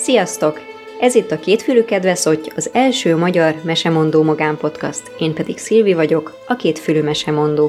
Sziasztok! Ez itt a Kétfülű Kedveszotty, az első magyar mesemondó magánpodcast. Én pedig Szilvi vagyok, a Kétfülű mesemondó.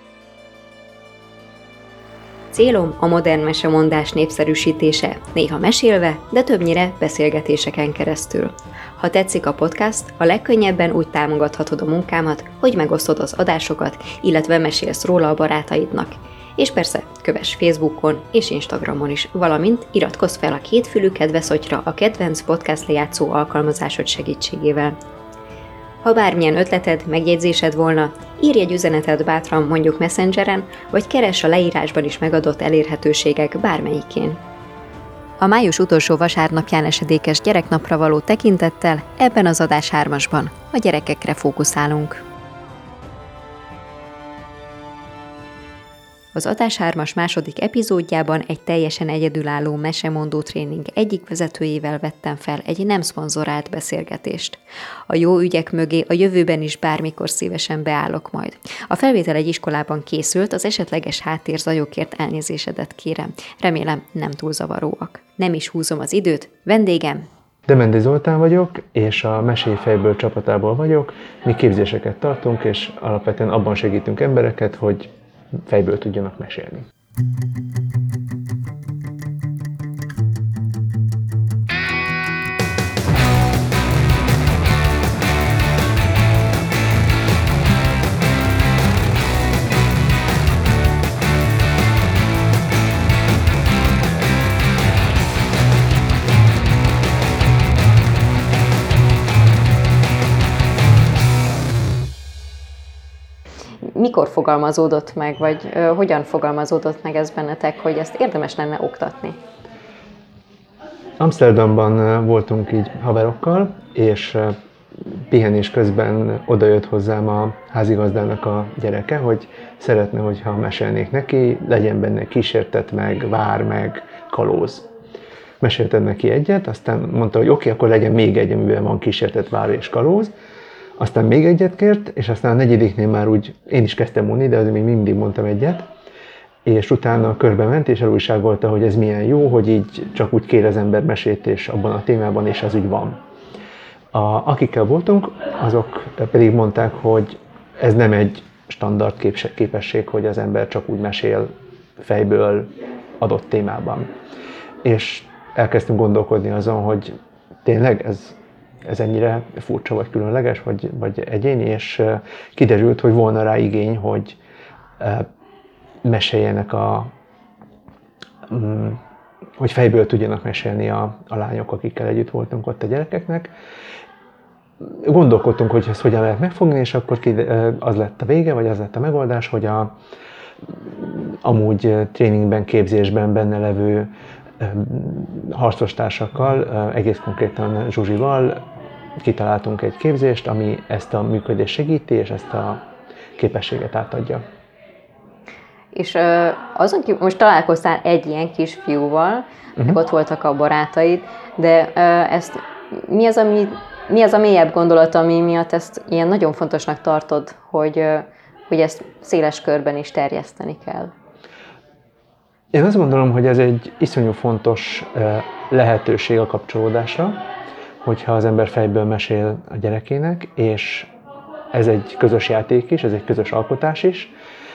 Célom a modern mesemondás népszerűsítése, néha mesélve, de többnyire beszélgetéseken keresztül. Ha tetszik a podcast, a legkönnyebben úgy támogathatod a munkámat, hogy megosztod az adásokat, illetve mesélsz róla a barátaidnak. És persze, kövess Facebookon és Instagramon is, valamint iratkozz fel a Kétfülű Kedveszottyra a kedvenc podcast lejátszó alkalmazásod segítségével. Ha bármilyen ötleted, megjegyzésed volna, írj egy üzenetet bátran mondjuk Messengeren, vagy keress a leírásban is megadott elérhetőségek bármelyikén. A május utolsó vasárnapján esedékes gyereknapra való tekintettel ebben az adás 3-asban a gyerekekre fókuszálunk. Az adás 3-as második epizódjában egy teljesen egyedülálló mesemondó tréning egyik vezetőjével vettem fel egy nem szponzorált beszélgetést. A jó ügyek mögé a jövőben is bármikor szívesen beállok majd. A felvétel egy iskolában készült, az esetleges háttérzajokért elnézésedet kérem. Remélem nem túl zavaróak. Nem is húzom az időt, vendégem! Demendi Zoltán vagyok, és a Mesélj Fejből csapatából vagyok. Mi képzéseket tartunk, és alapvetően abban segítünk embereket, hogy fejből tudjanak mesélni. Mikor fogalmazódott meg, vagy hogyan fogalmazódott meg ez bennetek, hogy ezt érdemes lenne oktatni? Amsterdamban voltunk így haverokkal, és pihenés közben odajött hozzám a házigazdának a gyereke, hogy szeretne, hogyha mesélnék neki, legyen benne kísértet meg, vár meg, kalóz. Meséltem neki egyet, aztán mondta, hogy oké, akkor legyen még egy, amiben van kísértet, vár és kalóz. Aztán még egyet kért, és aztán a negyediknél már úgy én is kezdtem mondani, de azért még mindig mondtam egyet. És utána körbe ment, és elújságolta, hogy ez milyen jó, hogy így csak úgy kér az ember mesét, és abban a témában, és az úgy van. Akikkel voltunk, azok pedig mondták, hogy ez nem egy standard képesség, hogy az ember csak úgy mesél fejből adott témában. És elkezdtünk gondolkodni azon, hogy tényleg ez ennyire furcsa, vagy különleges, vagy egyéni, és kiderült, hogy volna rá igény, hogy meséljenek hogy fejből tudjanak mesélni a lányok, akikkel együtt voltunk ott a gyerekeknek. Gondolkodtunk, hogy ezt hogyan lehet megfogni, és akkor az lett a vége, vagy az lett a megoldás, hogy amúgy tréningben, képzésben benne levő harcostársakkal, egész konkrétan Zsuzsival kitaláltunk egy képzést, ami ezt a működést segíti, és ezt a képességet átadja. És azon kívül, most találkoztál egy ilyen kisfiúval, ott voltak a barátaid, de mi az a mélyebb gondolat, ami miatt ezt ilyen nagyon fontosnak tartod, hogy ezt széles körben is terjeszteni kell? Én azt gondolom, hogy ez egy iszonyú fontos lehetőség a kapcsolódásra, hogyha az ember fejből mesél a gyerekének, és ez egy közös játék is, ez egy közös alkotás is.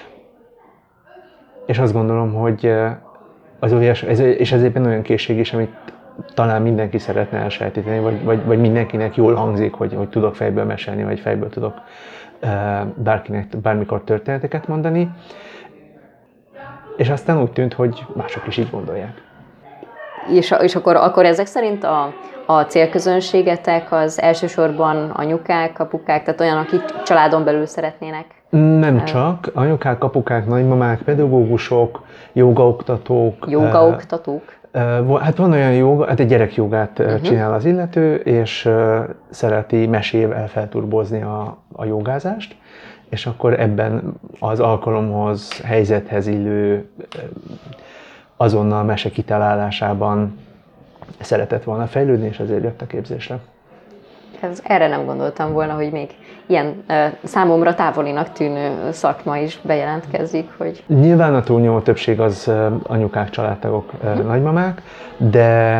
És azt gondolom, hogy és ez éppen olyan készség is, amit talán mindenki szeretne elsajátítani, vagy mindenkinek jól hangzik, hogy tudok fejből mesélni, vagy fejből tudok bárkinek bármikor történeteket mondani. És aztán úgy tűnt, hogy mások is így gondolják. És akkor ezek szerint a célközönségetek az elsősorban anyukák, apukák, tehát olyan, akik családon belül szeretnének? Nem csak. Anyukák, apukák, nagymamák, pedagógusok, jogaoktatók. Jogaoktatók? Hát van olyan joga, hát egy gyerekjogát csinál az illető, és szereti mesével felturbozni a jogázást, és akkor ebben az alkalomhoz, helyzethez illő azonnal mese kitalálásában szeretett volna fejlődni, és azért jött a képzésre. Erre nem gondoltam volna, hogy még ilyen számomra távolinak tűnő szakma is bejelentkezik, hogy... Nyilván a túlnyomó többség az anyukák, családtagok, nagymamák, de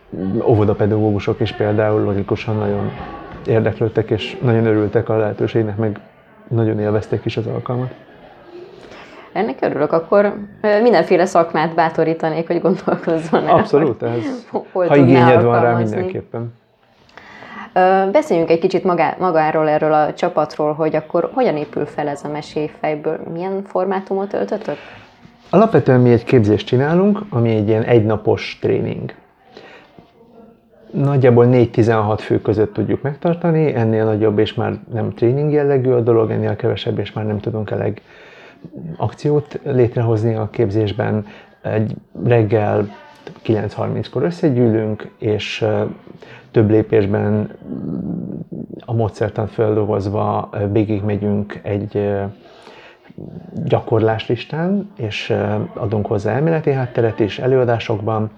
óvodapedagógusok is például logikusan nagyon érdeklődtek, és nagyon örültek a lehetőségnek, meg nagyon élvezték is az alkalmat. Ennek örülök, akkor mindenféle szakmát bátorítanék, hogy gondolkozzon el. Abszolút, ha igényed van rá, mindenképpen. Beszéljünk egy kicsit magáról, erről a csapatról, hogy akkor hogyan épül fel ez a mesélyfejből? Milyen formátumot öltötök? Alapvetően mi egy képzést csinálunk, ami egy ilyen egynapos tréning. Nagyjából 4-16 fő között tudjuk megtartani, ennél nagyobb és már nem tréning jellegű a dolog, ennél kevesebb és már nem tudunk elég akciót létrehozni a képzésben. Egy reggel 9:30-kor összegyűlünk, és több lépésben a módszertant feldolgozva végigmegyünk egy gyakorláslistán, és adunk hozzá elméleti hátteret is előadásokban.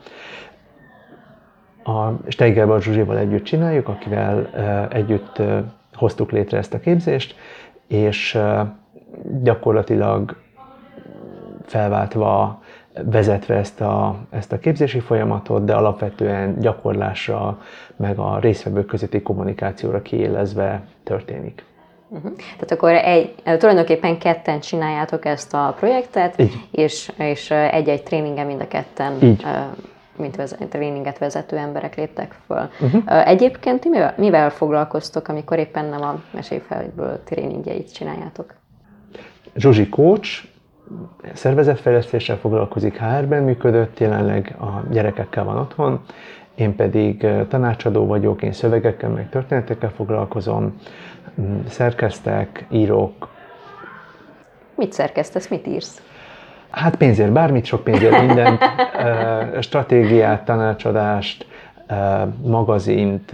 A Steigerwald Zsuzsival együtt csináljuk, akivel együtt hoztuk létre ezt a képzést, és gyakorlatilag felváltva, vezetve ezt a képzési folyamatot, de alapvetően gyakorlásra, meg a résztvevők közötti kommunikációra kiélezve történik. Tehát akkor tulajdonképpen ketten csináljátok ezt a projektet, és egy-egy tréningen mind a ketten, mint tréninget vezető emberek léptek föl. Egyébként mivel foglalkoztok, amikor éppen nem a mesélyfejből tréningjeit csináljátok? Zsuzsi coach, szervezetfejlesztéssel foglalkozik, HR-ben működött, jelenleg a gyerekekkel van otthon, én pedig tanácsadó vagyok, én szövegekkel, meg történetekkel foglalkozom, szerkesztek, írok. Mit szerkesztesz, mit írsz? Hát pénzért bármit, sok pénzért mindent, stratégiát, tanácsadást, magazint,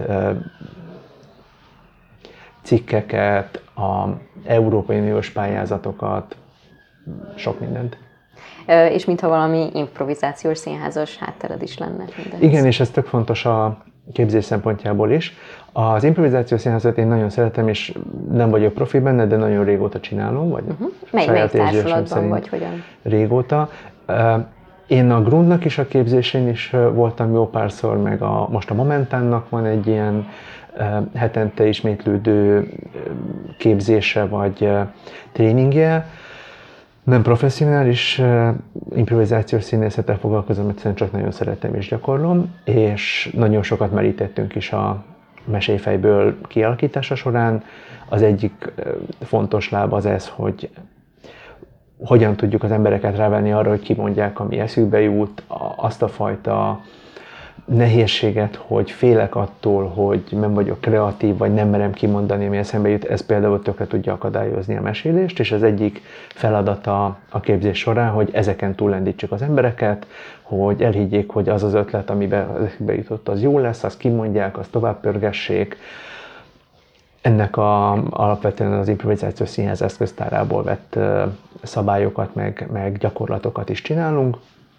cikkeket, az Európai Uniós pályázatokat, sok mindent. És mintha valami improvizációs színházas háttered is lenne. Mindenhez. Igen, és ez tök fontos a képzés szempontjából is. Az improvizációs színházat én nagyon szeretem, és nem vagyok profi benne, de nagyon régóta csinálom, vagy melyik társulatban vagy hogyan? Régóta. Én a Grundnak is a képzésén is voltam jó párszor, meg most a Momentánnak van egy ilyen hetente ismétlődő képzése vagy tréningje. Nem professzionális improvizációs színészettel foglalkozom, egyszerűen csak nagyon szeretem és gyakorlom, és nagyon sokat merítettünk is a mesélyfejből kialakítása során. Az egyik fontos láb az ez, hogy hogyan tudjuk az embereket rávenni arra, hogy kimondják, ami eszükbe jut, azt a fajta nehézséget, hogy félek attól, hogy nem vagyok kreatív, vagy nem merem kimondani, ami eszembe jut, ez például tökre tudja akadályozni a mesélést, és az egyik feladata a képzés során, hogy ezeken túllendítsük az embereket, hogy elhiggyék, hogy az az ötlet, amiben eszükbe jutott, az jó lesz, azt kimondják, azt tovább pörgessék. Ennek alapvetően az improvizációs színház eszköztárából vett szabályokat, meg gyakorlatokat is csinálunk,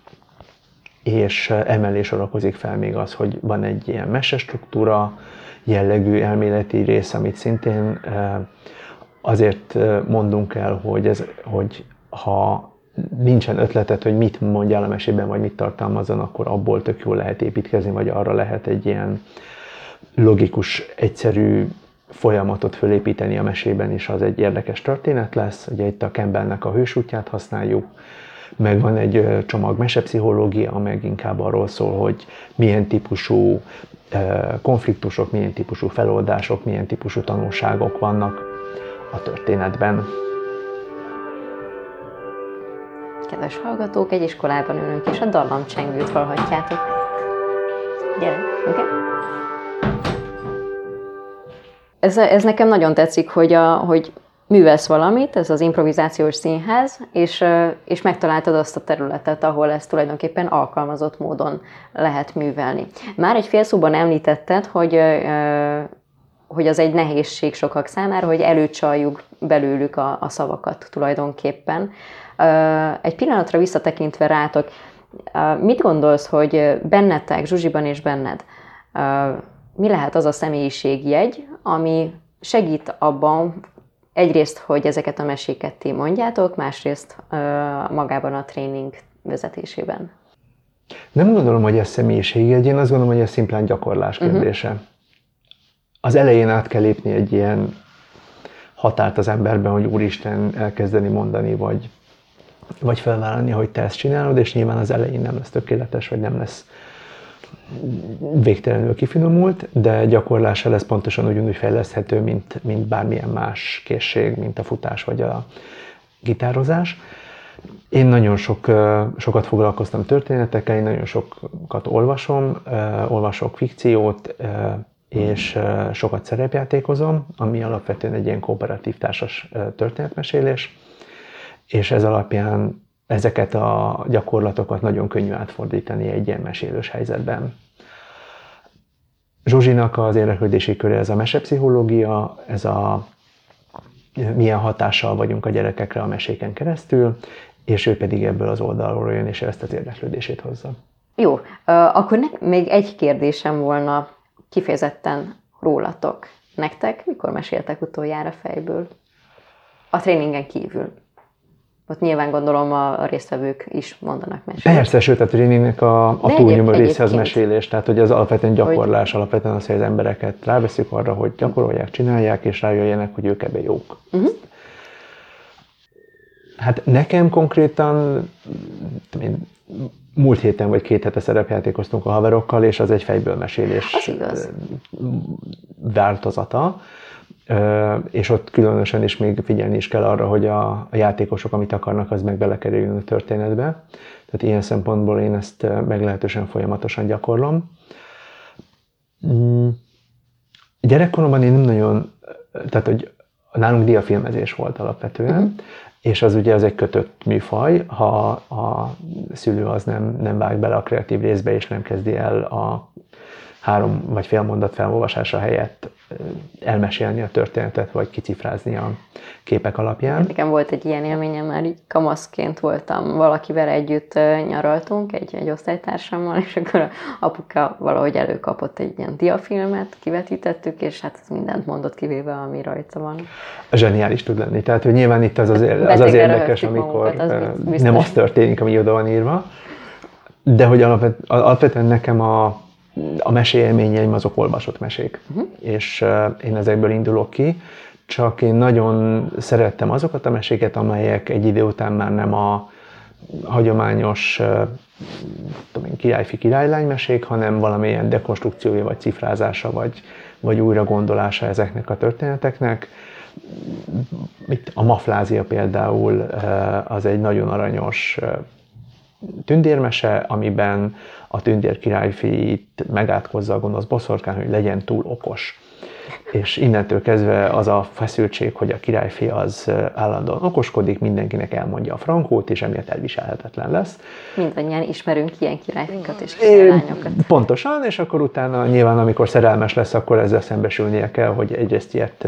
és emellé sorakozik fel még az, hogy van egy ilyen mesestruktúra jellegű elméleti rész, amit szintén azért mondunk el, hogy ha nincsen ötleted, hogy mit mondjál a mesében, vagy mit tartalmazzon, akkor abból tök jól lehet építkezni, vagy arra lehet egy ilyen logikus, egyszerű folyamatot fölépíteni a mesében, és az egy érdekes történet lesz. Ugye itt a Campbellnek a hősútját használjuk, meg van egy csomag mesepszichológia, meg inkább arról szól, hogy milyen típusú konfliktusok, milyen típusú feloldások, milyen típusú tanulságok vannak a történetben. Kedves hallgatók, egy iskolában ülünk, és a dallamcsengőt hallhatjátok. Gyere, oké? Ez nekem nagyon tetszik, hogy művelsz valamit, ez az improvizációs színház, és megtaláltad azt a területet, ahol ezt tulajdonképpen alkalmazott módon lehet művelni. Már egy fél szóban említetted, hogy az egy nehézség sokak számára, hogy előcsaljuk belőlük a szavakat tulajdonképpen. Egy pillanatra visszatekintve rátok, mit gondolsz, hogy bennetek, Zsuzsiban és benned, mi lehet az a személyiségjegy, ami segít abban, egyrészt, hogy ezeket a meséket ti mondjátok, másrészt magában a tréning vezetésében? Nem gondolom, hogy ez személyiségjegy, én azt gondolom, hogy ez szimplán gyakorlás kérdése. Az elején át kell lépni egy ilyen határt az emberben, hogy Úristen elkezdeni mondani, vagy felvállalni, hogy te ezt csinálod, és nyilván az elején nem lesz tökéletes, vagy nem lesz végtelenül kifinomult, de gyakorlással ez pontosan ugyanúgy fejleszthető, mint bármilyen más készség, mint a futás vagy a gitározás. Én nagyon sokat foglalkoztam történetekkel, én nagyon sokat olvasok fikciót, és sokat szerepjátékozom, ami alapvetően egy ilyen kooperatív társas történetmesélés, és ez alapján ezeket a gyakorlatokat nagyon könnyű átfordítani egy ilyen mesélős helyzetben. Zsuzsinak az érdeklődési köre ez a mesepszichológia, ez a milyen hatással vagyunk a gyerekekre a meséken keresztül, és ő pedig ebből az oldalról jön, és ezt az érdeklődését hozza. Jó, akkor még egy kérdésem volna kifejezetten rólatok. Nektek mikor meséltek utoljára fejből? A tréningen kívül. Ott nyilván gondolom a résztvevők is mondanak mesélést. Persze, sőt a tréningnek a túlnyomó része az mesélés, tehát hogy az alapvetően gyakorlás, alapvetően az, hogy az embereket ráveszik arra, hogy gyakorolják, csinálják, és rájöjjenek, hogy ők ebben jók. Hát nekem konkrétan, múlt héten vagy 2 hete szerepjátékoztunk a haverokkal, és az egy fejből mesélés változata. És ott különösen is még figyelni is kell arra, hogy a játékosok, amit akarnak, az meg belekerüljön a történetbe. Tehát ilyen szempontból én ezt meglehetősen folyamatosan gyakorlom. Gyerekkoromban én nem nagyon, tehát hogy nálunk diafilmezés volt alapvetően, és az ugye az egy kötött műfaj, ha a szülő az nem vág bele a kreatív részbe, és nem kezdi el a 3 vagy fél mondat felolvasása helyett elmesélni a történetet, vagy kicifrázni a képek alapján. Nekem volt egy ilyen élményem, már így kamaszként voltam, valakivel együtt nyaraltunk, egy osztálytársammal, és akkor a apuka valahogy előkapott egy ilyen diafilmet, kivetítettük, és hát ez mindent mondott, kivéve, ami rajta van. Zseniális tud lenni. Tehát, hogy nyilván itt az érdekes, amikor nem az történik, ami oda van írva, de hogy alapvetően nekem a meséélményeim azok olvasott mesék, és én ezekből indulok ki, csak én nagyon szerettem azokat a meséket, amelyek egy idő után már nem a hagyományos királyfi királylány mesék, hanem valamilyen dekonstrukciója, vagy cifrázása, vagy újra gondolása ezeknek a történeteknek. A Maflázia például az egy nagyon aranyos tündérmese, amiben a tündér királyfit megátkozza a gonosz boszorkány, hogy legyen túl okos. És innentől kezdve az a feszültség, hogy a királyfi az állandóan okoskodik, mindenkinek elmondja a frankót, és emiatt elviselhetetlen lesz. Mindannyian ismerünk ilyen királyfikat és királylányokat. Pontosan, és akkor utána nyilván, amikor szerelmes lesz, akkor ezzel szembesülnie kell, hogy egyrészt ilyet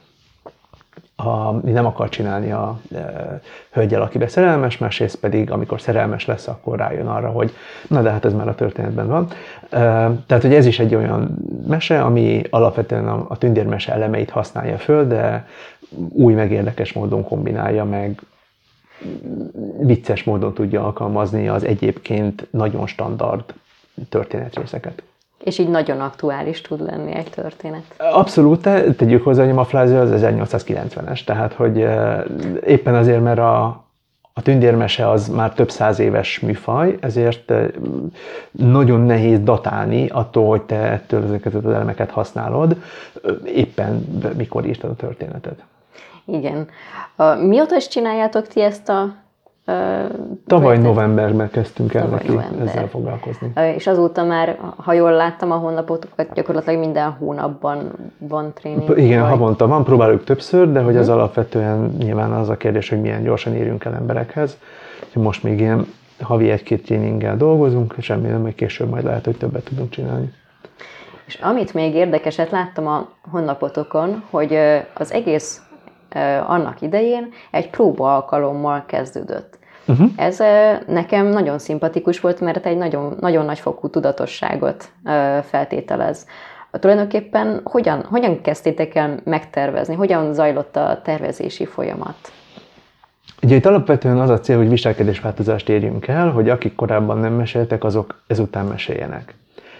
nem akar csinálni a hölgyel, akibe szerelmes, másrészt pedig, amikor szerelmes lesz, akkor rájön arra, hogy na de hát ez már a történetben van. Tehát, hogy ez is egy olyan mese, ami alapvetően a tündérmese elemeit használja föl, de új meg érdekes módon kombinálja, meg vicces módon tudja alkalmazni az egyébként nagyon standard történetrészeket. És így nagyon aktuális tud lenni egy történet. Abszolút, tegyük hozzá, hogy a Maflázia az 1890-es, tehát hogy éppen azért, mert a tündérmese az már több száz éves műfaj, ezért nagyon nehéz datálni attól, hogy te ettől ezeket az elemeket használod, éppen mikor írtad a történetet. Igen. Mióta is csináljátok ti ezt a Tavaly novemberben kezdtünk el neki ezzel foglalkozni. És azóta már, ha jól láttam a honlapotokat, gyakorlatilag minden hónapban van tréning. Igen, havonta van, próbáljuk többször, de hogy az alapvetően nyilván az a kérdés, hogy milyen gyorsan érjünk el emberekhez. Most még ilyen havi 1-2 tréninggel dolgozunk, és remélem, hogy később majd lehet, hogy többet tudunk csinálni. És amit még érdekeset láttam a honlapotokon, hogy az egész annak idején egy próba alkalommal kezdődött. Ez nekem nagyon szimpatikus volt, mert egy nagyon, nagyon nagyfokú tudatosságot feltételez. Tulajdonképpen hogyan kezdtétek el megtervezni? Hogyan zajlott a tervezési folyamat? Ugye itt alapvetően az a cél, hogy viselkedésváltozást érjünk el, hogy akik korábban nem meséltek, azok ezután meséljenek.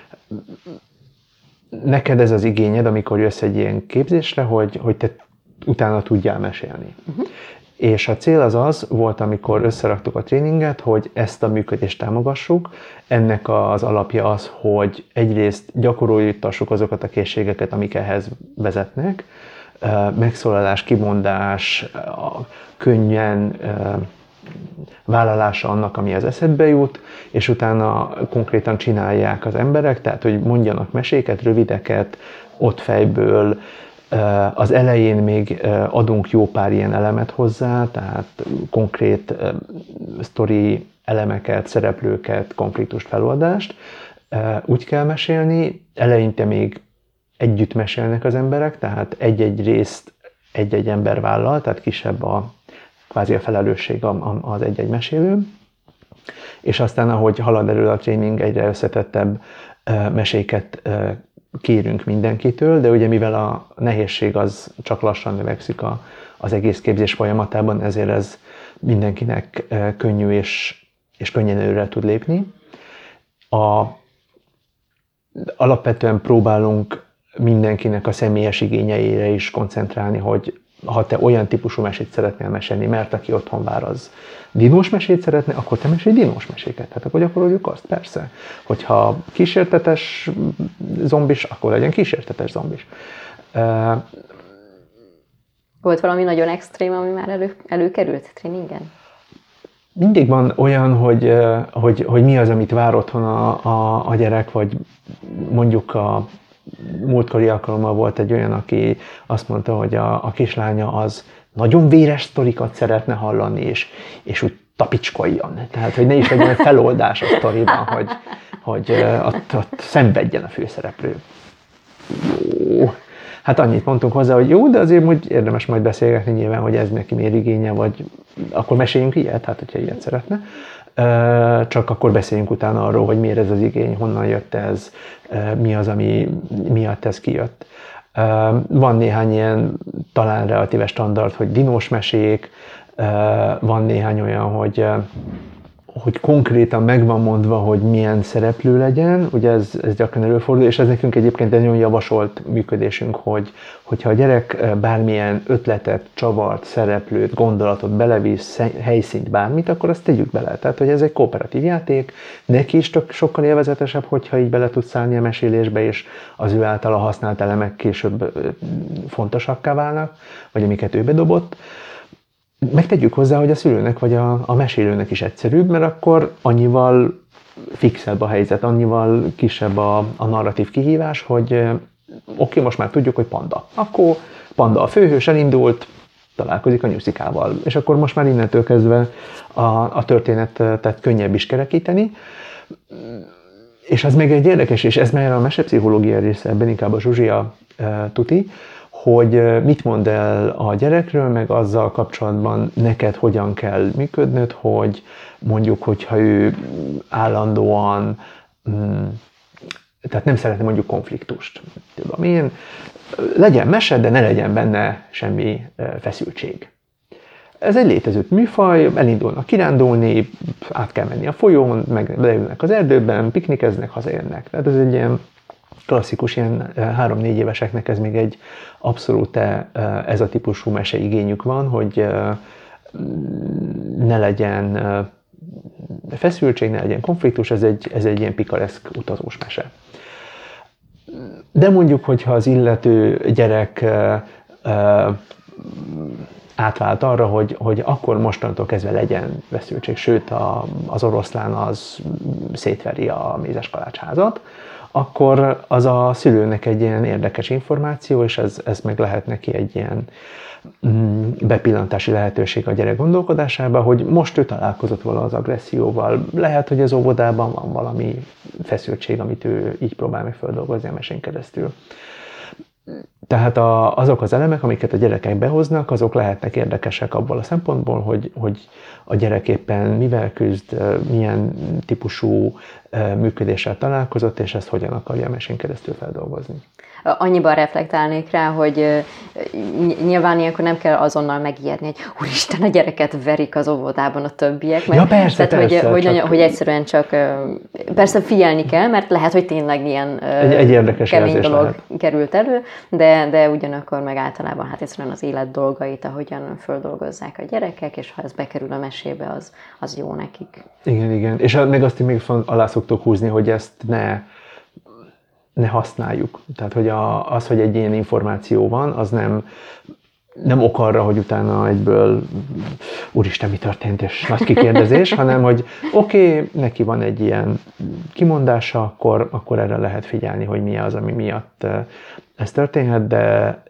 Neked ez az igényed, amikor jössz egy ilyen képzésre, hogy te utána tudjál mesélni. És a cél az volt, amikor összeraktuk a tréninget, hogy ezt a működést támogassuk. Ennek az alapja az, hogy egyrészt gyakoroltassuk azokat a készségeket, amik ehhez vezetnek, megszólalás, kimondás, könnyen vállalása annak, ami az eszedbe jut, és utána konkrétan csinálják az emberek, tehát hogy mondjanak meséket, rövideket, ott fejből. Az elején még adunk jó pár ilyen elemet hozzá, tehát konkrét sztori elemeket, szereplőket, konfliktust, feloldást. Úgy kell mesélni, eleinte még együtt mesélnek az emberek, tehát egy-egy részt egy-egy ember vállal, tehát kisebb kvázi a felelősség az egy-egy mesélő. És aztán, ahogy halad elő a tréning, egyre összetettebb meséket kérünk mindenkitől, de ugye mivel a nehézség az csak lassan növekszik az egész képzés folyamatában, ezért ez mindenkinek könnyű és könnyen előre tud lépni. Alapvetően próbálunk mindenkinek a személyes igényeire is koncentrálni, hogy ha te olyan típusú mesét szeretnél mesélni, mert aki otthon vár, az dinós mesét szeretne, akkor te mesélj dinós meséket. Hát akkor gyakoroljuk azt, persze. Hogyha kísértetes zombis, akkor legyen kísértetes zombis. Volt valami nagyon extrém, ami már előkerült tréningen? Mindig van olyan, hogy mi az, amit vár otthon a gyerek, vagy mondjuk a múltkori alkalommal volt egy olyan, aki azt mondta, hogy a kislánya az nagyon véres sztorikat szeretne hallani, és úgy tapicskoljon. Tehát, hogy ne is legyen feloldás a sztoriban, hogy ott szenvedjen a főszereplő. Jó. Hát annyit mondtunk hozzá, hogy jó, de azért úgy érdemes majd beszélgetni nyilván, hogy ez neki miért igénye, vagy akkor meséljünk ilyet, hát hogyha ilyet szeretne. Csak akkor beszéljünk utána arról, hogy miért ez az igény, honnan jött ez, mi az, ami miatt ez kijött. Van néhány ilyen talán relatíve standard, hogy dinós mesék, van néhány olyan, hogy konkrétan meg van mondva, hogy milyen szereplő legyen, ugye ez gyakran előfordul, és ez nekünk egyébként egy nagyon javasolt működésünk, hogyha a gyerek bármilyen ötletet, csavart, szereplőt, gondolatot belevisz, helyszínt, bármit, akkor azt tegyük bele. Tehát, hogy ez egy kooperatív játék, neki is sokkal élvezetesebb, hogyha így bele tudsz szállni a mesélésbe, és az ő általa használt elemek később fontosakká válnak, vagy amiket ő bedobott. Megtegyük hozzá, hogy a szülőnek vagy a mesélőnek is egyszerűbb, mert akkor annyival fixebb a helyzet, annyival kisebb a narratív kihívás, hogy oké, most már tudjuk, hogy panda. Akkor panda a főhős, elindult, találkozik a nyuszikával. És akkor most már innentől kezdve a történetet könnyebb is kerekíteni. És az még egy érdekes, és ez már a mesepszichológia része, ebben inkább a Zsuzsia tuti, hogy mit mond el a gyerekről, meg azzal kapcsolatban neked hogyan kell működnöd, hogy mondjuk, hogyha ő állandóan, tehát nem szeretne mondjuk konfliktust. Tudom én, legyen mese, de ne legyen benne semmi feszültség. Ez egy létező műfaj, elindulnak kirándulni, át kell menni a folyón, meg leülnek az erdőben, piknikeznek, hazajönnek. Tehát ez egy ilyen klasszikus, ilyen 3-4 éveseknek ez még egy abszolút ez a típusú meseigényük van, hogy ne legyen feszültség, ne legyen konfliktus, ez egy ilyen pikareszk utazós mese. De mondjuk, hogyha az illető gyerek átvált arra, hogy akkor mostantól kezdve legyen feszültség, sőt az oroszlán az szétveri a mézes kalácsházat, akkor az a szülőnek egy ilyen érdekes információ, és ez meg lehet neki egy ilyen bepillantási lehetőség a gyerek gondolkodásába, hogy most ő találkozott volna az agresszióval. Lehet, hogy az óvodában van valami feszültség, amit ő így próbál meg feldolgozni a mesén keresztül. Tehát azok az elemek, amiket a gyerekek behoznak, azok lehetnek érdekesek abból a szempontból, hogy a gyerek éppen mivel küzd, milyen típusú működéssel találkozott, és ezt hogyan akarja a mesén keresztül feldolgozni. Annyiban reflektálnék rá, hogy nyilván ilyenkor nem kell azonnal megijedni, hogy úristen, a gyereket verik az óvodában a többiek. Mert, ja, persze, tehát, persze. hogy egyszerűen csak, persze figyelni kell, mert lehet, hogy tényleg ilyen egy érdekes kemény dolog lehet. került elő, de ugyanakkor meg általában hát egyszerűen az élet dolgait, ahogyan földolgozzák a gyerekek, és ha ez bekerül a mesébe, az jó nekik. Igen. És még azt még alá szoktuk húzni, hogy ezt ne használjuk. Tehát, hogy az, hogy egy ilyen információ van, az nem ok arra, hogy utána egyből úristen, mi történt, és nagy kikérdezés, hanem, hogy oké, neki van egy ilyen kimondása, akkor erre lehet figyelni, hogy mi az, ami miatt ez történhet, de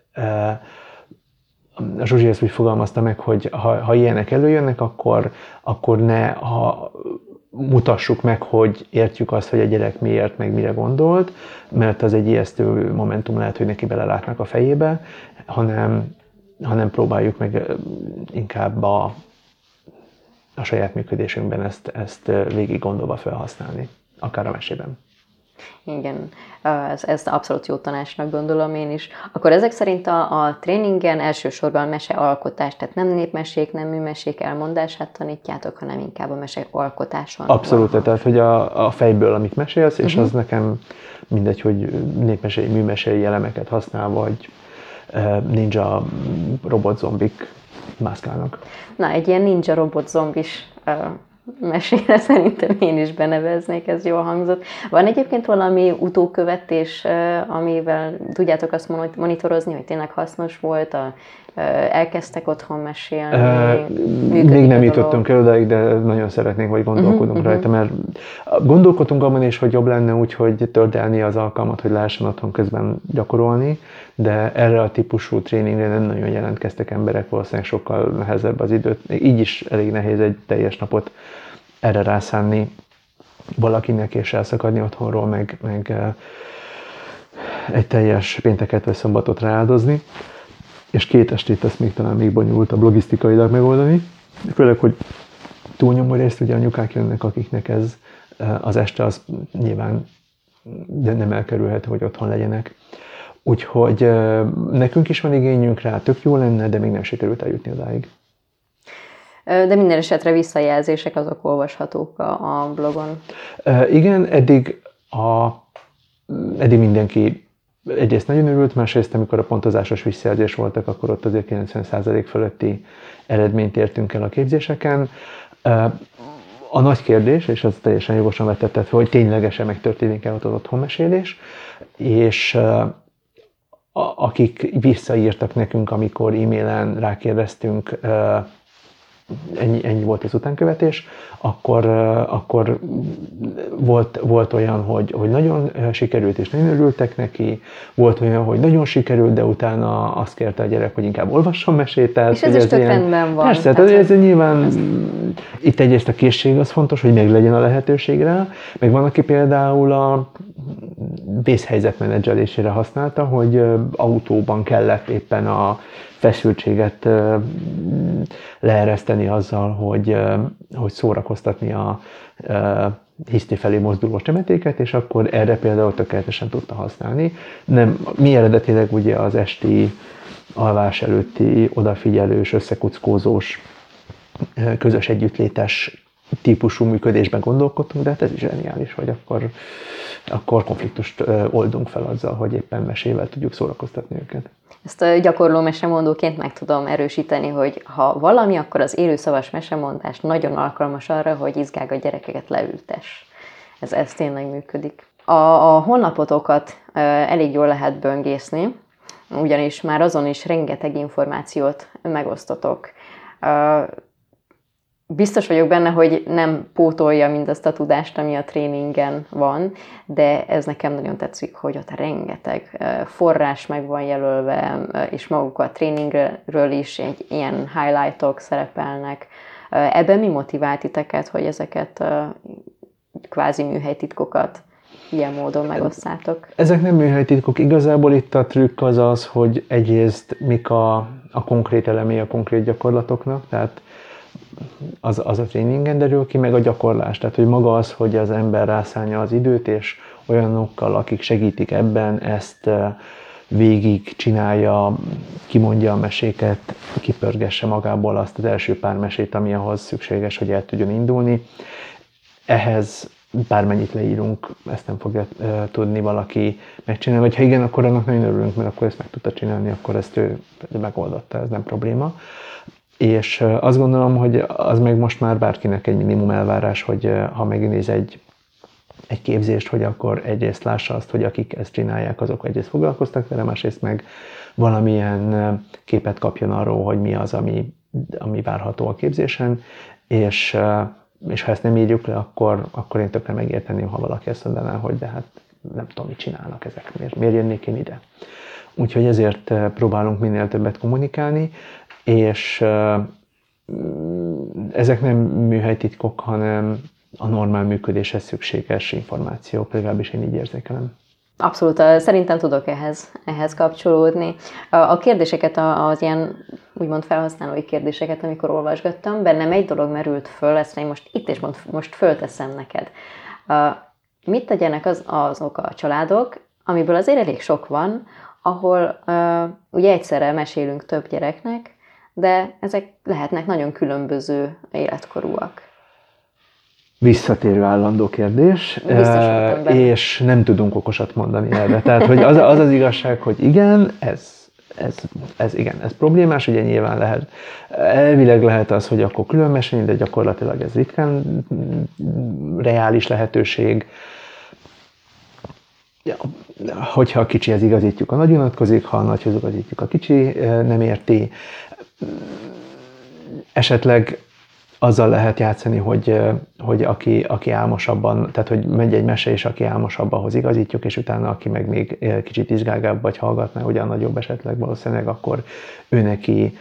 a Zsuzsi ezt úgy fogalmazta meg, hogy ha ilyenek előjönnek, akkor ne mutassuk meg, hogy értjük azt, hogy a gyerek miért, meg mire gondolt, mert az egy ijesztő momentum lehet, hogy neki belelátnak a fejébe, hanem próbáljuk meg inkább a saját működésünkben ezt végig gondolva felhasználni, akár a mesében. Igen, ezt abszolút jó tanácsnak gondolom én is. Akkor ezek szerint a tréningen elsősorban mesealkotást, tehát nem népmesék, nem műmesék elmondását tanítjátok, hanem inkább a mesealkotáson. Abszolút, tehát hogy a fejből, amit mesélsz, és az nekem mindegy, hogy népmesei, műmesei elemeket használ, vagy ninja robotzombik mászkálnak. Na, egy ilyen ninja robotzombis mesére szerintem én is beneveznék, ez jól hangzott. Van egyébként valami utókövetés, amivel tudjátok azt monitorozni, hogy tényleg hasznos volt, elkezdtek otthon mesélni? Még nem jutottunk el odáig, de nagyon szeretnénk, hogy gondolkodunk rajta, mert gondolkodtunk abban is, hogy jobb lenne úgy, hogy töltelni az alkalmat, hogy lehessen otthon közben gyakorolni, de erre a típusú tréningre nem nagyon jelentkeztek emberek, valószínűleg sokkal nehezebb az időt. Így is elég nehéz egy teljes napot erre rászánni valakinek, és elszakadni otthonról, meg egy teljes pénteket vagy szombatot rááldozni. És 2 estét ezt még talán még bonyolultabb logisztikailag megoldani. Főleg, hogy túlnyomó részt ugye anyukák jönnek, akiknek ez az este az nyilván nem elkerülhető, hogy otthon legyenek. Úgyhogy nekünk is van igényünk rá, tök jó lenne, de még nem sikerült eljutni odáig. De minden esetre visszajelzések azok olvashatók a blogon. Igen, eddig mindenki egyrészt nagyon örült, másrészt amikor a pontozásos visszajelzés voltak, akkor ott azért 90% fölötti eredményt értünk el a képzéseken. A nagy kérdés, és az teljesen jogosan vetetted fel, hogy ténylegesen megtörténik-e ott az otthonmesélés, és akik visszaírtak nekünk, amikor e-mailen rákérdeztünk, ennyi volt az utánkövetés, akkor volt olyan, hogy nagyon sikerült, és nagyon örültek neki, volt olyan, hogy nagyon sikerült, de utána azt kérte a gyerek, hogy inkább olvasson mesét. És ez is tök rendben van. Persze, tehát ez nyilván itt egyrészt a készség az fontos, hogy meglegyen a lehetőségre, meg van, aki például a vészhelyzet menedzselésére használta, hogy autóban kellett éppen a feszültséget leereszteni azzal, hogy szórakoztatni a hiszti felé mozduló csemetéket, és akkor erre például tökéletesen tudta használni. Mi eredetileg ugye az esti alvás előtti odafigyelős, összekuckózós, közös együttlétes típusú működésben gondolkodtunk, de hát ez is zseniális, hogy akkor konfliktust oldunk fel azzal, hogy éppen mesével tudjuk szórakoztatni őket. Ezt gyakorló mesemondóként meg tudom erősíteni, hogy ha valami, akkor az élőszavas mesemondás nagyon alkalmas arra, hogy izgág a gyerekeket leültess. Ez tényleg működik. A honlapotokat elég jól lehet böngészni, ugyanis már azon is rengeteg információt megosztotok. Biztos vagyok benne, hogy nem pótolja mindazt a tudást, ami a tréningen van, de ez nekem nagyon tetszik, hogy ott rengeteg forrás meg van jelölve, és maguk a tréningről is egy ilyen highlightok szerepelnek. Ebben mi motivált titeket, hogy ezeket kvázi műhelytitkokat ilyen módon megosztátok? Ezek nem műhelytitkok. Igazából itt a trükk az, hogy egyrészt mik a konkrét elemei a konkrét gyakorlatoknak, tehát az a tréningen derül ki, meg a gyakorlás. Tehát, hogy maga az, hogy az ember rászánja az időt, és olyanokkal, akik segítik ebben, ezt végig csinálja, kimondja a meséket, kipörgesse magából azt az első pár mesét, ami ahhoz szükséges, hogy el tudjon indulni. Ehhez bármennyit leírunk, ezt nem fogja tudni valaki megcsinálni, vagy ha igen, akkor annak nagyon örülünk, mert akkor ezt meg tudta csinálni, akkor ezt ő megoldotta, ez nem probléma. És azt gondolom, hogy az meg most már bárkinek egy minimum elvárás, hogy ha megnéz egy képzést, hogy akkor egyrészt lássa azt, hogy akik ezt csinálják, azok egyrészt foglalkoztak vele, másrészt meg valamilyen képet kapjon arról, hogy mi az, ami várható a képzésen, és ha ezt nem írjuk le, akkor én tökre megérteném, ha valaki ezt mondaná, hogy de hát nem tudom, mit csinálnak ezek, miért jönnék én ide. Úgyhogy ezért próbálunk minél többet kommunikálni, és ezek nem műhelytitkok, hanem a normál működéshez szükséges információk, legalábbis én így érzékelem. Abszolút, szerintem tudok ehhez kapcsolódni. A kérdéseket, az ilyen úgymond felhasználói kérdéseket, amikor olvasgattam, bennem egy dolog merült föl, ezt én most itt és most fölteszem neked. Mit tegyenek azok a családok, amiből azért elég sok van, ahol ugye egyszerre mesélünk több gyereknek, de ezek lehetnek nagyon különböző életkorúak. Visszatérő állandó kérdés, és nem tudunk okosat mondani erre. Tehát, hogy az igazság, hogy igen, ez problémás, ugye nyilván lehet, elvileg lehet az, hogy akkor külön mesélni, de gyakorlatilag ez ritkán reális lehetőség. Ja, hogyha a kicsihez igazítjuk, a nagy unatkozik, ha a nagyhoz igazítjuk, a kicsi nem érti. Esetleg azzal lehet játszani, hogy aki álmosabban, tehát hogy megy egy mese, és aki álmosabb, ahhoz igazítjuk, és utána aki meg még kicsit izgágább, vagy hallgatná, ugyan nagyobb esetleg valószínűleg, akkor ő neki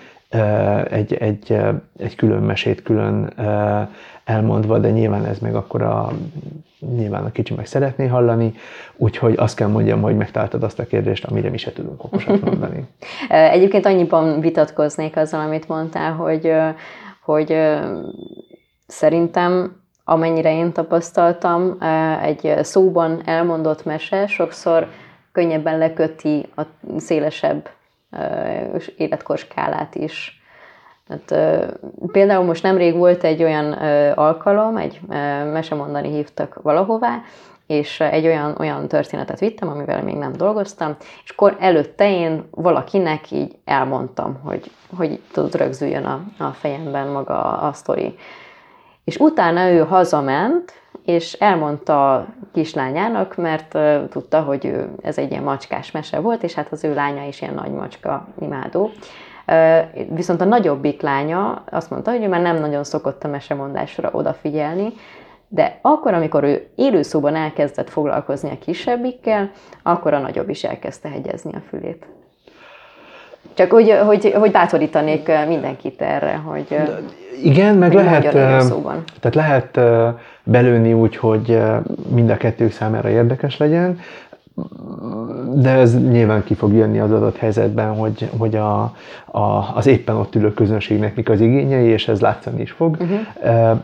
egy külön mesét külön elmondva, de nyilván ez meg akkor nyilván a kicsi meg szeretné hallani, úgyhogy azt kell mondjam, hogy megtaláltad azt a kérdést, amire mi se tudunk okosat mondani. Egyébként annyiban vitatkoznék azzal, amit mondtál, hogy szerintem, amennyire én tapasztaltam, egy szóban elmondott mese sokszor könnyebben leköti a szélesebb életkorskálát is. Hát, például most nemrég volt egy olyan alkalom, egy mesemondani hívtak valahová, és egy olyan történetet vittem, amivel még nem dolgoztam, és akkor előtte én valakinek így elmondtam, hogy tudod, rögzüljön a fejemben maga a sztori. És utána ő hazament, és elmondta a kislányának, mert tudta, hogy ez egy ilyen macskás mese volt, és hát az ő lánya is ilyen nagy macska imádó. Viszont a nagyobbik lánya azt mondta, hogy ő már nem nagyon szokott a mesemondásra odafigyelni, de akkor, amikor ő élőszóban elkezdett foglalkozni a kisebbikkel, akkor a nagyobb is elkezdte hegyezni a fülét. Csak hogy bátorítanék mindenkit erre, hogy igen, meg lehet belőni úgy, hogy mind a kettők számára érdekes legyen, de ez nyilván ki fog jönni az adott helyzetben, hogy az éppen ott ülő közönségnek mik az igényei, és ez látszani is fog. Uh-huh.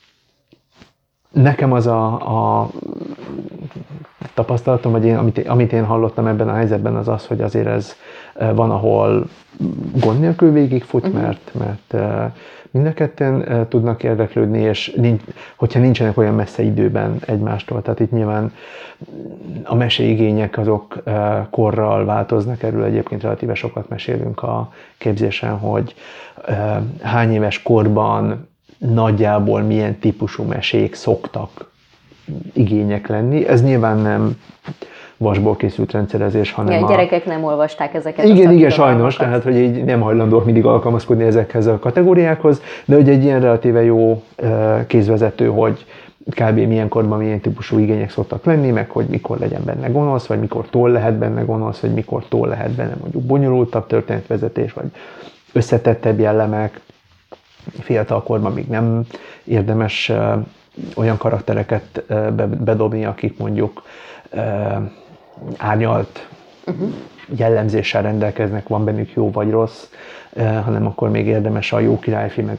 Nekem az a tapasztalatom, vagy amit én hallottam ebben a helyzetben, az, hogy azért ez van, ahol gond nélkül végigfut, mert mind a ketten tudnak érdeklődni, és hogyha nincsenek olyan messze időben egymástól, tehát itt nyilván a meseigények azok korral változnak, erről egyébként relatíve sokat mesélünk a képzésen, hogy hány éves korban nagyjából milyen típusú mesék szoktak igények lenni. Ez nyilván nem vasból készült rendszerezés, hanem igen, gyerekek nem olvasták ezeket. Igen, sajnos, tehát hogy így nem hajlandóak mindig alkalmazkodni ezekhez a kategóriákhoz, de hogy egy ilyen relatíve jó kézvezető, hogy kb. Milyen korban milyen típusú igények szoktak lenni, meg hogy mikor legyen benne gonosz, vagy mikortól lehet benne gonosz, vagy mikortól lehet benne mondjuk bonyolultabb történetvezetés, vagy összetettebb jellemek. Fiatal korban még nem érdemes olyan karaktereket bedobni, akik mondjuk árnyalt jellemzéssel rendelkeznek, van bennük jó vagy rossz, hanem akkor még érdemes a jó királyfi meg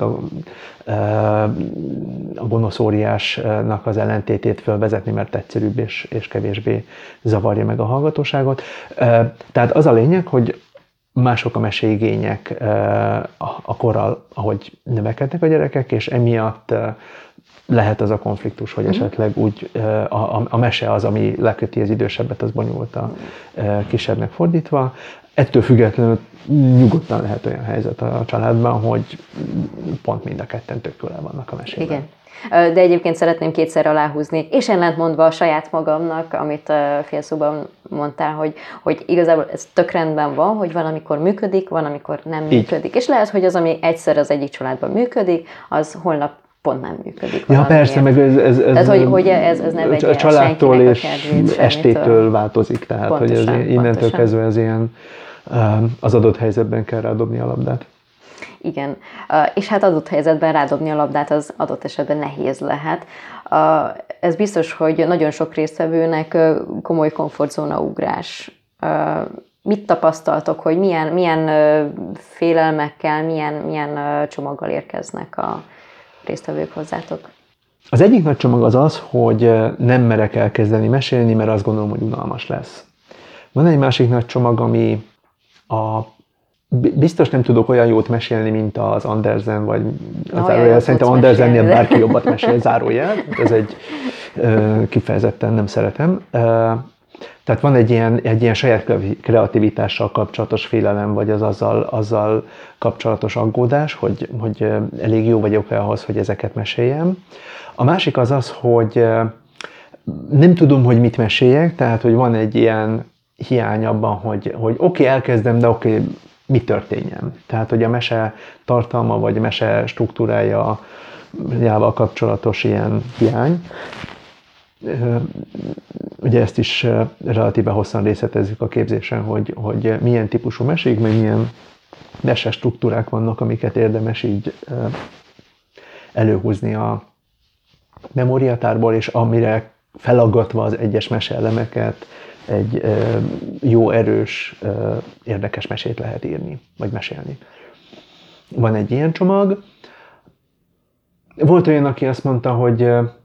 a gonosz óriásnak az ellentétét fölvezetni, mert egyszerűbb és kevésbé zavarja meg a hallgatóságot. Tehát az a lényeg, hogy mások a meseigények a korral, ahogy növekednek a gyerekek, és emiatt lehet az a konfliktus, hogy esetleg úgy a mese az, ami leköti az idősebbet, az bonyolult a kisebbnek fordítva. Ettől függetlenül nyugodtan lehet olyan helyzet a családban, hogy pont mind a ketten tök jól el vannak a mesében. Igen. De egyébként szeretném kétszer aláhúzni, és ellentmondva a saját magamnak, amit félszóban mondtál, hogy igazából ez tök rendben van, hogy van, amikor működik, van, amikor nem működik. És lehet, hogy az, ami egyszer az egyik családban működik, az holnap pont nem működik. Ja, persze, meg tehát, hogy ez ne vegye a családtól és kedvét, estétől változik, tehát pontosan, hogy innentől kezdve ez ilyen, az adott helyzetben kell rádobni a labdát. Igen, és hát adott helyzetben rádobni a labdát az adott esetben nehéz lehet. Ez biztos, hogy nagyon sok résztvevőnek komoly komfortzóna ugrás. Mit tapasztaltok, hogy milyen félelmekkel, milyen csomaggal érkeznek a résztvevők hozzátok? Az egyik nagy csomag az az, hogy nem merek elkezdeni mesélni, mert azt gondolom, hogy unalmas lesz. Van egy másik nagy csomag, ami biztos nem tudok olyan jót mesélni, mint az Andersen, vagy szerintem Andersennél bárki jobbat mesél, zárójel. Ez egy kifejezetten nem szeretem. Tehát van egy ilyen saját kreativitással kapcsolatos félelem, vagy az azzal kapcsolatos aggódás, hogy elég jó vagyok ahhoz, hogy ezeket meséljem. A másik az az, hogy nem tudom, hogy mit meséljek, tehát hogy van egy ilyen hiány abban, hogy oké, elkezdem, de oké, mi történjen. Tehát, hogy a mese tartalma, vagy a mese struktúrájával kapcsolatos ilyen hiány. Ugye ezt is relatíve hosszan részletezzük a képzésen, hogy milyen típusú mesék, meg milyen mese struktúrák vannak, amiket érdemes így előhúzni a memóriatárból, és amire felaggatva az egyes meseelemeket egy jó, erős, érdekes mesét lehet írni, vagy mesélni. Van egy ilyen csomag. Volt olyan, aki azt mondta, hogy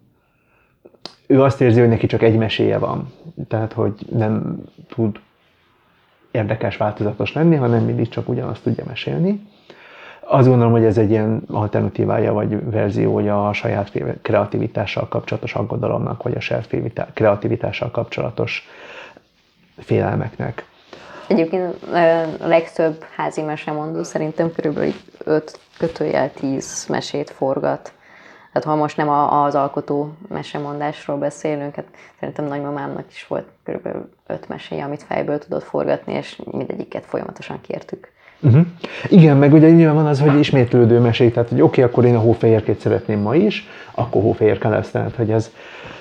ő azt érzi, hogy neki csak egy meséje van. Tehát, hogy nem tud érdekes, változatos lenni, hanem mindig csak ugyanazt tudja mesélni. Azt gondolom, hogy ez egy ilyen alternatívája, vagy verziója a saját kreativitással kapcsolatos aggodalomnak, vagy a saját kreativitással kapcsolatos félelmeknek. Egyébként a legtöbb házi mesemondó szerintem körülbelül 5-10 mesét forgat. Tehát ha most nem az alkotó mesemondásról beszélünk, hát szerintem nagymamámnak is volt körülbelül 5 meséje, amit fejből tudott forgatni, és mindegyiket folyamatosan kértük. Uh-huh. Igen, meg ugye nyilván van az, hogy ismétlődő mesék, tehát hogy oké, akkor én a hófehérkét szeretném ma is, akkor hófehérke lesz, tehát hogy ez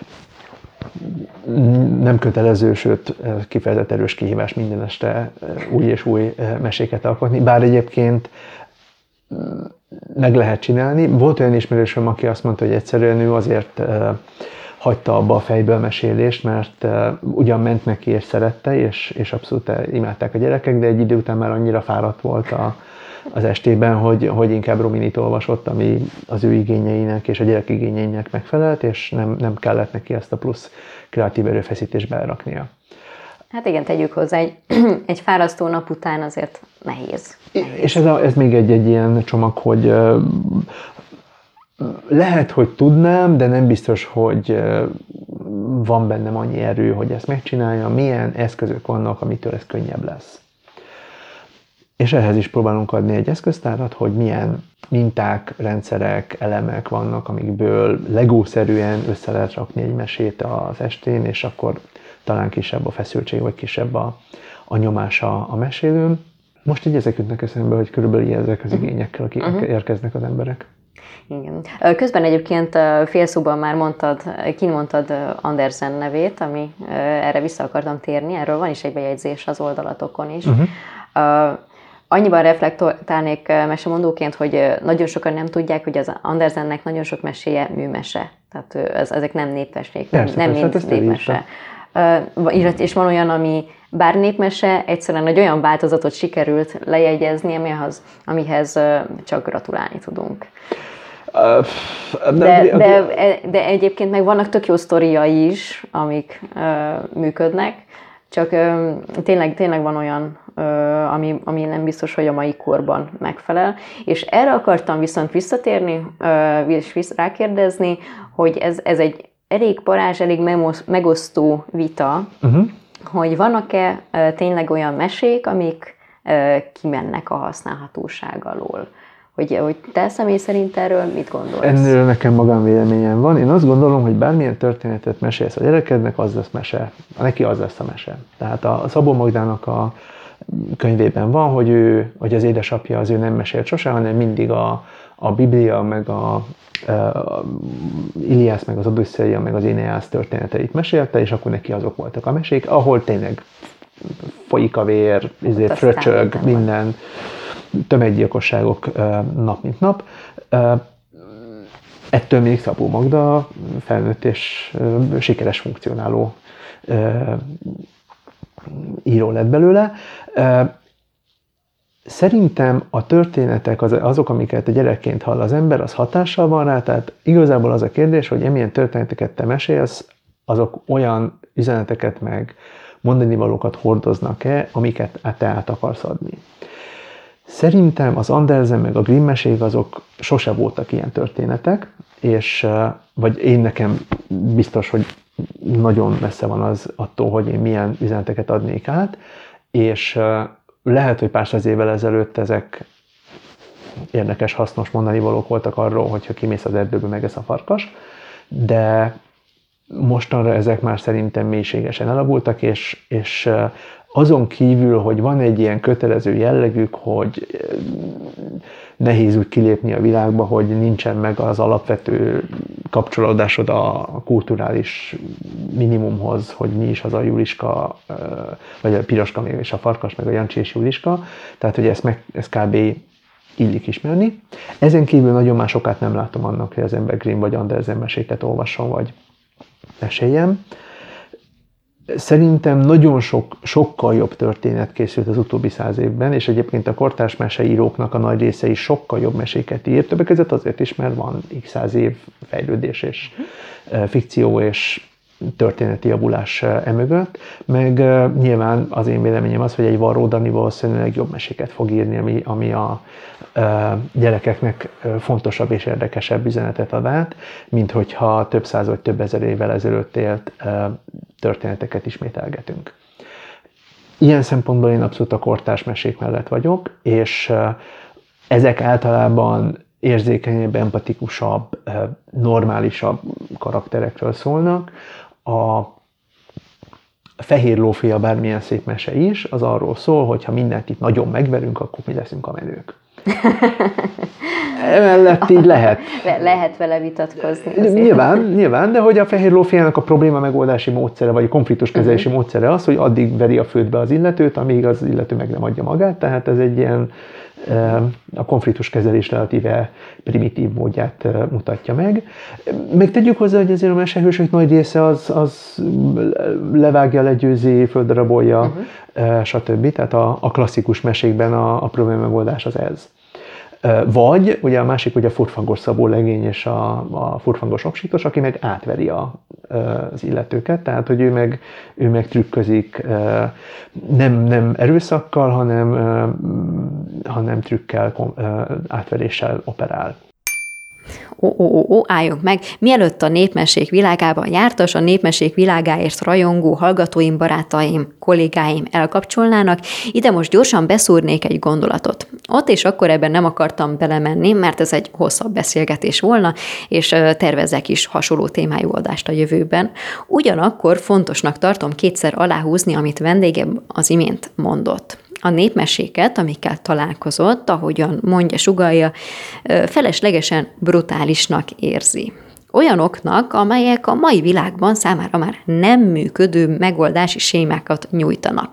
nem kötelező, sőt kifejezett erős kihívás minden este új és új meséket alkotni, bár egyébként meg lehet csinálni. Volt olyan ismerősöm, aki azt mondta, hogy egyszerűen ő azért hagyta abba a fejből mesélést, mert ugyan ment neki és szerette, és abszolút imádták a gyerekek, de egy idő után már annyira fáradt volt az estében, hogy inkább Rominit olvasott, ami az ő igényeinek és a gyerek igényeinek megfelelt, és nem kellett neki ezt a plusz kreatív erőfeszítést beraknia. Hát igen, tegyük hozzá, egy fárasztó nap után azért nehéz. És ez még egy ilyen csomag, hogy lehet, hogy tudnám, de nem biztos, hogy van bennem annyi erő, hogy ezt megcsináljam, milyen eszközök vannak, amitől ez könnyebb lesz. És ehhez is próbálunk adni egy eszköztárat, hogy milyen minták, rendszerek, elemek vannak, amikből legószerűen össze lehet rakni egy mesét az estén, és akkor talán kisebb a feszültség, vagy kisebb a nyomása a mesélőn. Most így ezek jutnak eszembe, hogy körülbelül ezek az igényekkel, akik érkeznek az emberek. Igen. Közben egyébként félszóban már kimondtad Andersen nevét, ami erre vissza akartam térni, erről van is egy bejegyzés az oldalatokon is. Annyiban reflektálnék mesemondóként, hogy nagyon sokan nem tudják, hogy az Andersennek nagyon sok meséje műmese. Tehát ezek nem népmesék, nem mind népmese. és van olyan, ami bár népmese, egyszerűen egy olyan változatot sikerült lejegyezni, amihez csak gratulálni tudunk. De egyébként meg vannak tök jó sztoriai is, amik működnek, csak tényleg van olyan, ami nem biztos, hogy a mai korban megfelel. És erre akartam viszont visszatérni, és rákérdezni, hogy ez egy elég parázs, elég megosztó vita, hogy vannak-e tényleg olyan mesék, amik kimennek a használhatóság alól. Hogy te személy szerint erről mit gondolsz? Ennél nekem magánvéleményem van. Én azt gondolom, hogy bármilyen történetet mesélsz a gyerekednek, az lesz mese. Neki az lesz a mese. Tehát a Szabó Magdának a könyvében van, hogy az édesapja az ő nem mesélt sose, hanem mindig a Biblia, meg a Iliász, meg az Odüsszeia, meg az Éneász történeteit mesélte, és akkor neki azok voltak a mesék, ahol tényleg folyik a vér, fröcsög, minden, tömeggyilkosságok nap mint nap. Ettől még Szabó Magda felnőtt és sikeres funkcionáló író lett belőle. Szerintem a történetek, azok, amiket a gyerekként hall az ember, az hatással van rá, tehát igazából az a kérdés, hogy amilyen történeteket te mesélsz, azok olyan üzeneteket meg mondani valókat hordoznak-e, amiket te át akarsz adni. Szerintem az Andersen meg a Grimm mesék azok sose voltak ilyen történetek, és vagy én nekem biztos, hogy nagyon messze van az attól, hogy én milyen üzeneteket adnék át, és lehet, hogy pár száz évvel ezelőtt ezek érdekes, hasznos mondani valók voltak arról, hogyha kimész az erdőbe, megesz a farkas, de mostanra ezek már szerintem mélységesen elavultak, és azon kívül, hogy van egy ilyen kötelező jellegük, hogy nehéz úgy kilépni a világba, hogy nincsen meg az alapvető kapcsolódásod a kulturális minimumhoz, hogy mi is az a Juliska, vagy a Piroska és a Farkas, meg a Jancsi és Juliska, tehát hogy ezt kb. Illik ismerni. Ezen kívül nagyon már sokat nem látom annak, hogy az ember Grimm vagy Andersen meséket olvasson, vagy meséljem. Szerintem nagyon sokkal jobb történet készült az utóbbi 100 évben, és egyébként a kortárs meseíróknak a nagy része is sokkal jobb meséket írt, többek között azért is, mert van x 100 év fejlődés és fikció és történeti javulás emögött, meg nyilván az én véleményem az, hogy egy Varró Dani valószínűleg jobb meséket fog írni, ami a gyerekeknek fontosabb és érdekesebb üzenetet ad át, mint hogyha több száz vagy több ezer évvel ezelőtt élt történeteket ismételgetünk. Ilyen szempontból én abszolút a kortárs mesék mellett vagyok, és ezek általában érzékenyebb, empatikusabb, normálisabb karakterekről szólnak. A Fehér lófia bármilyen szép mese is, az arról szól, hogy ha mindent itt nagyon megverünk, akkor mi leszünk a menők. Emellett így lehet. Lehet vele vitatkozni. Nyilván, de hogy a fehér lófiának a probléma megoldási módszere, vagy a konfliktuskezelési módszere az, hogy addig veri a földbe az illetőt, amíg az illető meg nem adja magát, tehát ez egy ilyen a konfliktuskezelés relatíve primitív módját mutatja meg. Meg tegyük hozzá, hogy azért a mesehősök nagy része az levágja, legyőzi, földrabolja, stb. Tehát a klasszikus mesékben a probléma megoldás az ez. Vagy ugye a másik, ugye a Furfangos Szabó legény és a Furfangos Oksiktos, aki meg átveri az illetőket, tehát hogy ő meg trükközik, nem erőszakkal, hanem trükkel, átveréssel operál. Álljunk meg! Mielőtt a népmesék világában jártas, a népmesék világáért rajongó hallgatóim, barátaim, kollégáim elkapcsolnának, ide most gyorsan beszúrnék egy gondolatot. Ott és akkor ebben nem akartam belemenni, mert ez egy hosszabb beszélgetés volna, és tervezek is hasonló témájú adást a jövőben. Ugyanakkor fontosnak tartom kétszer aláhúzni, amit vendégem az imént mondott. A népmeséket, amikkel találkozott, ahogyan mondja, sugallja, feleslegesen brutálisnak érzi. Olyanoknak, amelyek a mai világban számára már nem működő megoldási sémákat nyújtanak.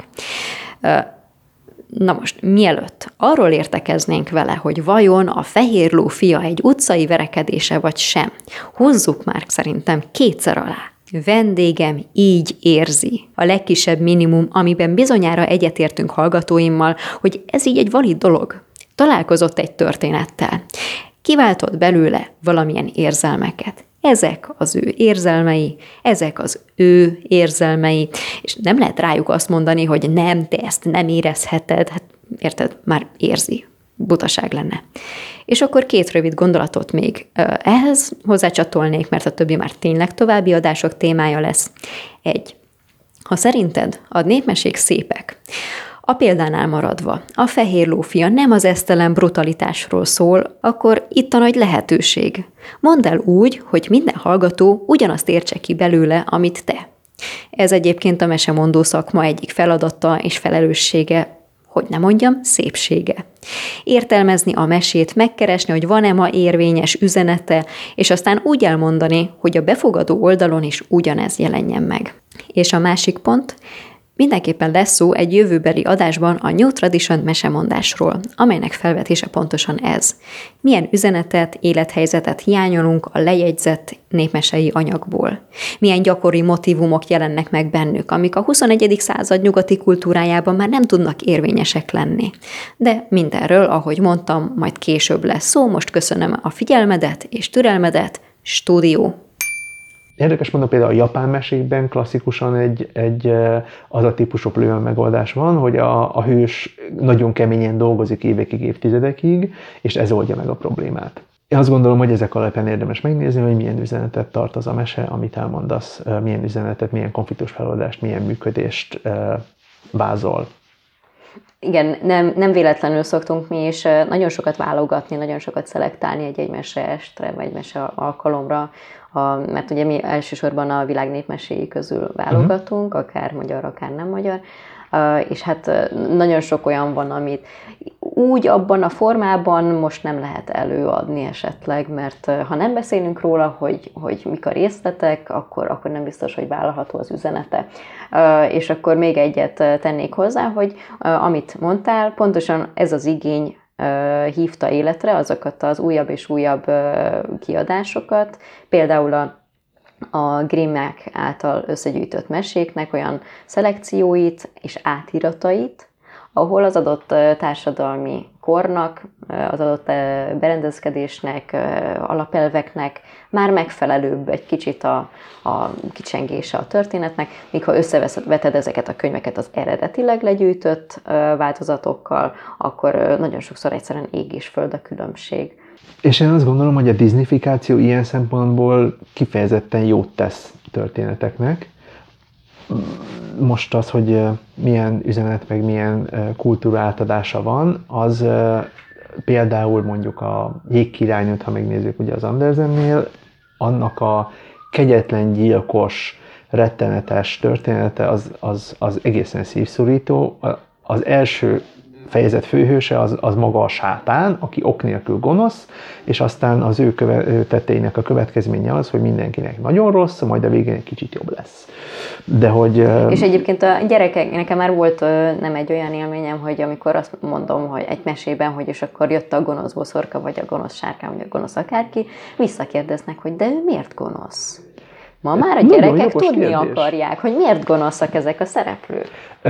Na most, mielőtt arról értekeznénk vele, hogy vajon a Fehér ló fia egy utcai verekedése vagy sem, hozzuk már szerintem kétszer alá Vendégem így érzi. A legkisebb minimum, amiben bizonyára egyetértünk hallgatóimmal, hogy ez így egy valid dolog. Találkozott egy történettel. Kiváltott belőle valamilyen érzelmeket. Ezek az ő érzelmei, ezek az ő érzelmei, és nem lehet rájuk azt mondani, hogy nem, te ezt nem érezheted, hát érted, már érzi. Butaság lenne. És akkor 2 rövid gondolatot még ehhez hozzácsatolnék, mert a többi már tényleg további adások témája lesz. 1. Ha szerinted a népmesék szépek, a példánál maradva, a fehér lófia nem az esztelen brutalitásról szól, akkor itt a nagy lehetőség. Mondd el úgy, hogy minden hallgató ugyanazt értse ki belőle, amit te. Ez egyébként a mesemondó szakma egyik feladata és felelőssége, hogy ne mondjam, szépsége. Értelmezni a mesét, megkeresni, hogy van-e ma érvényes üzenete, és aztán úgy elmondani, hogy a befogadó oldalon is ugyanez jelenjen meg. És a másik pont, mindenképpen lesz szó egy jövőbeli adásban a New Tradition mesemondásról, amelynek felvetése pontosan ez. Milyen üzenetet, élethelyzetet hiányolunk a lejegyzett népmesei anyagból? Milyen gyakori motívumok jelennek meg bennük, amik a 21. század nyugati kultúrájában már nem tudnak érvényesek lenni? De mindenről, ahogy mondtam, majd később lesz szó, most köszönöm a figyelmedet és türelmedet, stúdió! Érdekes mondom, például a japán mesékben klasszikusan az a típusú probléma megoldás van, hogy a hős nagyon keményen dolgozik évekig, évtizedekig, és ez oldja meg a problémát. Én azt gondolom, hogy ezek alapján érdemes megnézni, hogy milyen üzenetet tart az a mese, amit elmondasz, milyen üzenetet, milyen konfliktus feloldást, milyen működést vázol. Igen, nem véletlenül szoktunk mi is nagyon sokat válogatni, nagyon sokat szelektálni egy mese estre, vagy mese alkalomra, mert ugye mi elsősorban a világ népmeséi közül válogatunk, akár magyar, akár nem magyar, és hát nagyon sok olyan van, amit úgy abban a formában most nem lehet előadni esetleg, mert ha nem beszélünk róla, hogy mik a részletek, akkor nem biztos, hogy vállalható az üzenete. És akkor még egyet tennék hozzá, hogy amit mondtál, pontosan ez az igény hívta életre azokat az újabb és újabb kiadásokat, például a Grimmek által összegyűjtött meséknek olyan szelekcióit és átiratait, ahol az adott társadalmi kornak, az adott berendezkedésnek, alapelveknek már megfelelőbb egy kicsit a kicsengése a történetnek, míg ha összeveted ezeket a könyveket az eredetileg legyűjtött változatokkal, akkor nagyon sokszor egyszerűen ég és föld a különbség. És én azt gondolom, hogy a disneyfikáció ilyen szempontból kifejezetten jót tesz történeteknek. Most az, hogy milyen üzenet, meg milyen kultúra átadása van, az például mondjuk a Jégkirálynőt, ha megnézzük ugye az Andersennél, annak a kegyetlen, gyilkos, rettenetes története az egészen szívszorító. Az első fejezet főhőse az maga a sátán, aki ok nélkül gonosz, és aztán az ő tetteinek a következménye az, hogy mindenkinek nagyon rossz, majd a végén egy kicsit jobb lesz. De hogy... És egyébként a gyerekek, nekem már volt nem egy olyan élményem, hogy amikor azt mondom, hogy egy mesében, hogy és akkor jött a gonosz boszorka, vagy a gonosz sárkány, vagy a gonosz akárki, visszakérdeznek, hogy de ő miért gonosz? Ma már a gyerekek tudni akarják, hogy miért gonoszak ezek a szereplők.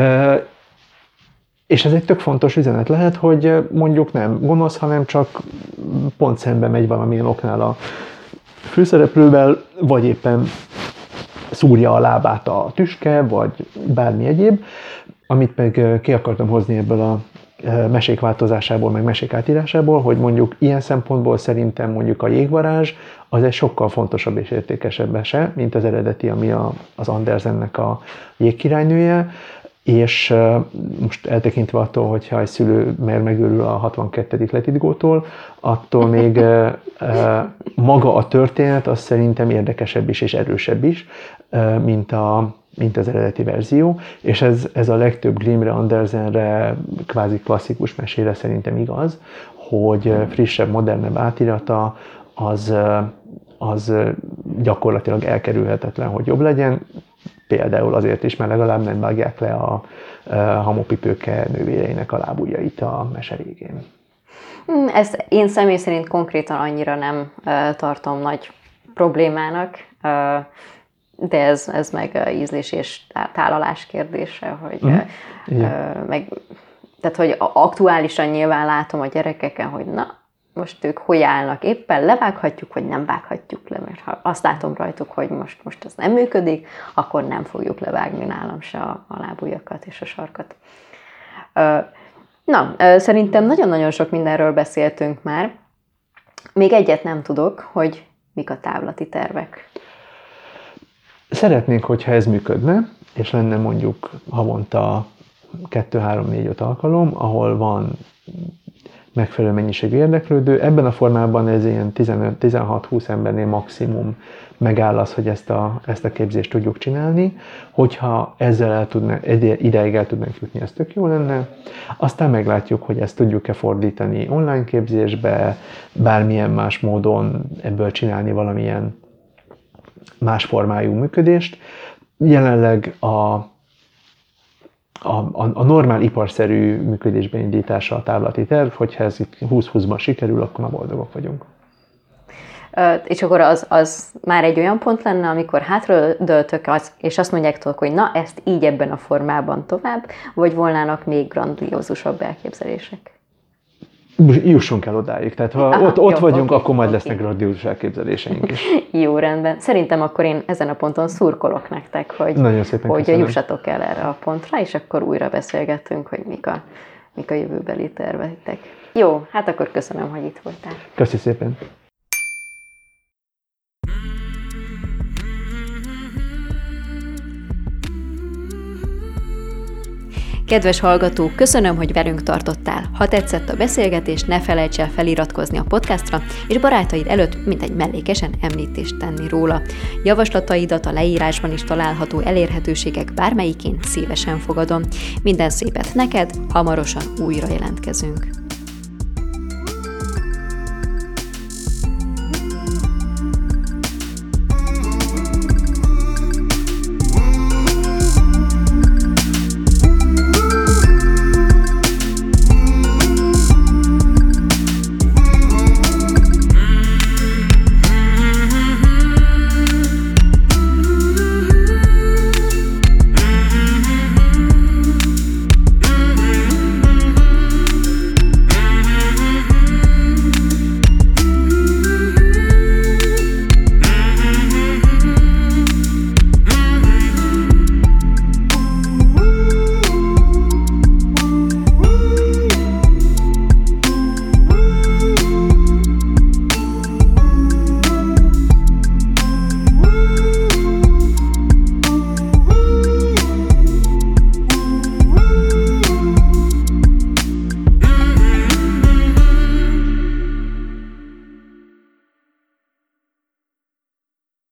És ez egy tök fontos üzenet lehet, hogy mondjuk nem gonosz, hanem csak pont szembe megy valamilyen oknál a főszereplővel, vagy éppen szúrja a lábát a tüske, vagy bármi egyéb. Amit meg ki akartam hozni ebből a mesék változásából, meg mesék átírásából, hogy mondjuk ilyen szempontból szerintem mondjuk a Jégvarázs az egy sokkal fontosabb és értékesebb mese, mint az eredeti, ami az Andersennek a Jégkirálynője. És most eltekintve attól, hogyha egy szülő megőrül a 62. letitgótól, attól még maga a történet az szerintem érdekesebb is és erősebb is, mint az eredeti verzió, és ez a legtöbb Grimmre, Andersenre, kvázi klasszikus mesére szerintem igaz, hogy frissebb, modernebb átirata az gyakorlatilag elkerülhetetlen, hogy jobb legyen, például azért is, mert legalább nem vágják le a hamupipőke nővéreinek a lábujjait a mese végén. Ezt én személy szerint konkrétan annyira nem tartom nagy problémának. De ez meg ízlés és tálalás kérdése, hogy tehát, hogy aktuálisan nyilván látom a gyerekeken, hogy na, most ők hogy állnak éppen, levághatjuk, vagy nem vághatjuk le, mert ha azt látom rajtuk, hogy most ez nem működik, akkor nem fogjuk levágni nálam se a lábujjakat és a sarkat. Na, szerintem nagyon-nagyon sok mindenről beszéltünk már. Még egyet nem tudok, hogy mik a távlati tervek. Szeretnénk, hogyha ez működne, és lenne mondjuk havonta 2-3-4-5 alkalom, ahol van megfelelő mennyiségű érdeklődő. Ebben a formában ez ilyen 15-16-20 embernél maximum megáll az, hogy ezt a képzést tudjuk csinálni. Hogyha ezzel ideig el tudnánk jutni, ez tök jó lenne. Aztán meglátjuk, hogy ezt tudjuk-e fordítani online képzésbe, bármilyen más módon ebből csinálni valamilyen más formájú működést. Jelenleg a normál iparszerű működésben indítása a távlati terv, hogyha ez itt 20-20-ban sikerül, akkor már boldogok vagyunk. És akkor az már egy olyan pont lenne, amikor hátradőltök, és azt mondjátok, hogy na, ezt így ebben a formában tovább, vagy volnának még grandiózusabb elképzelések? Jussunk el odáig. Tehát ha ott vagyunk, akkor majd lesznek grandiózus elképzeléseink is. Jó, rendben. Szerintem akkor én ezen a ponton szurkolok nektek, hogy jussatok el erre a pontra, és akkor újra beszélgetünk, hogy mik a jövőbeli terveitek. Jó, hát akkor köszönöm, hogy itt voltál. Köszi szépen. Kedves hallgató, köszönöm, hogy velünk tartottál. Ha tetszett a beszélgetés, ne felejts el feliratkozni a podcastra, és barátaid előtt mintegy mellékesen említést tenni róla. Javaslataidat a leírásban is található elérhetőségek bármelyikén szívesen fogadom. Minden szépet neked, hamarosan újra jelentkezünk.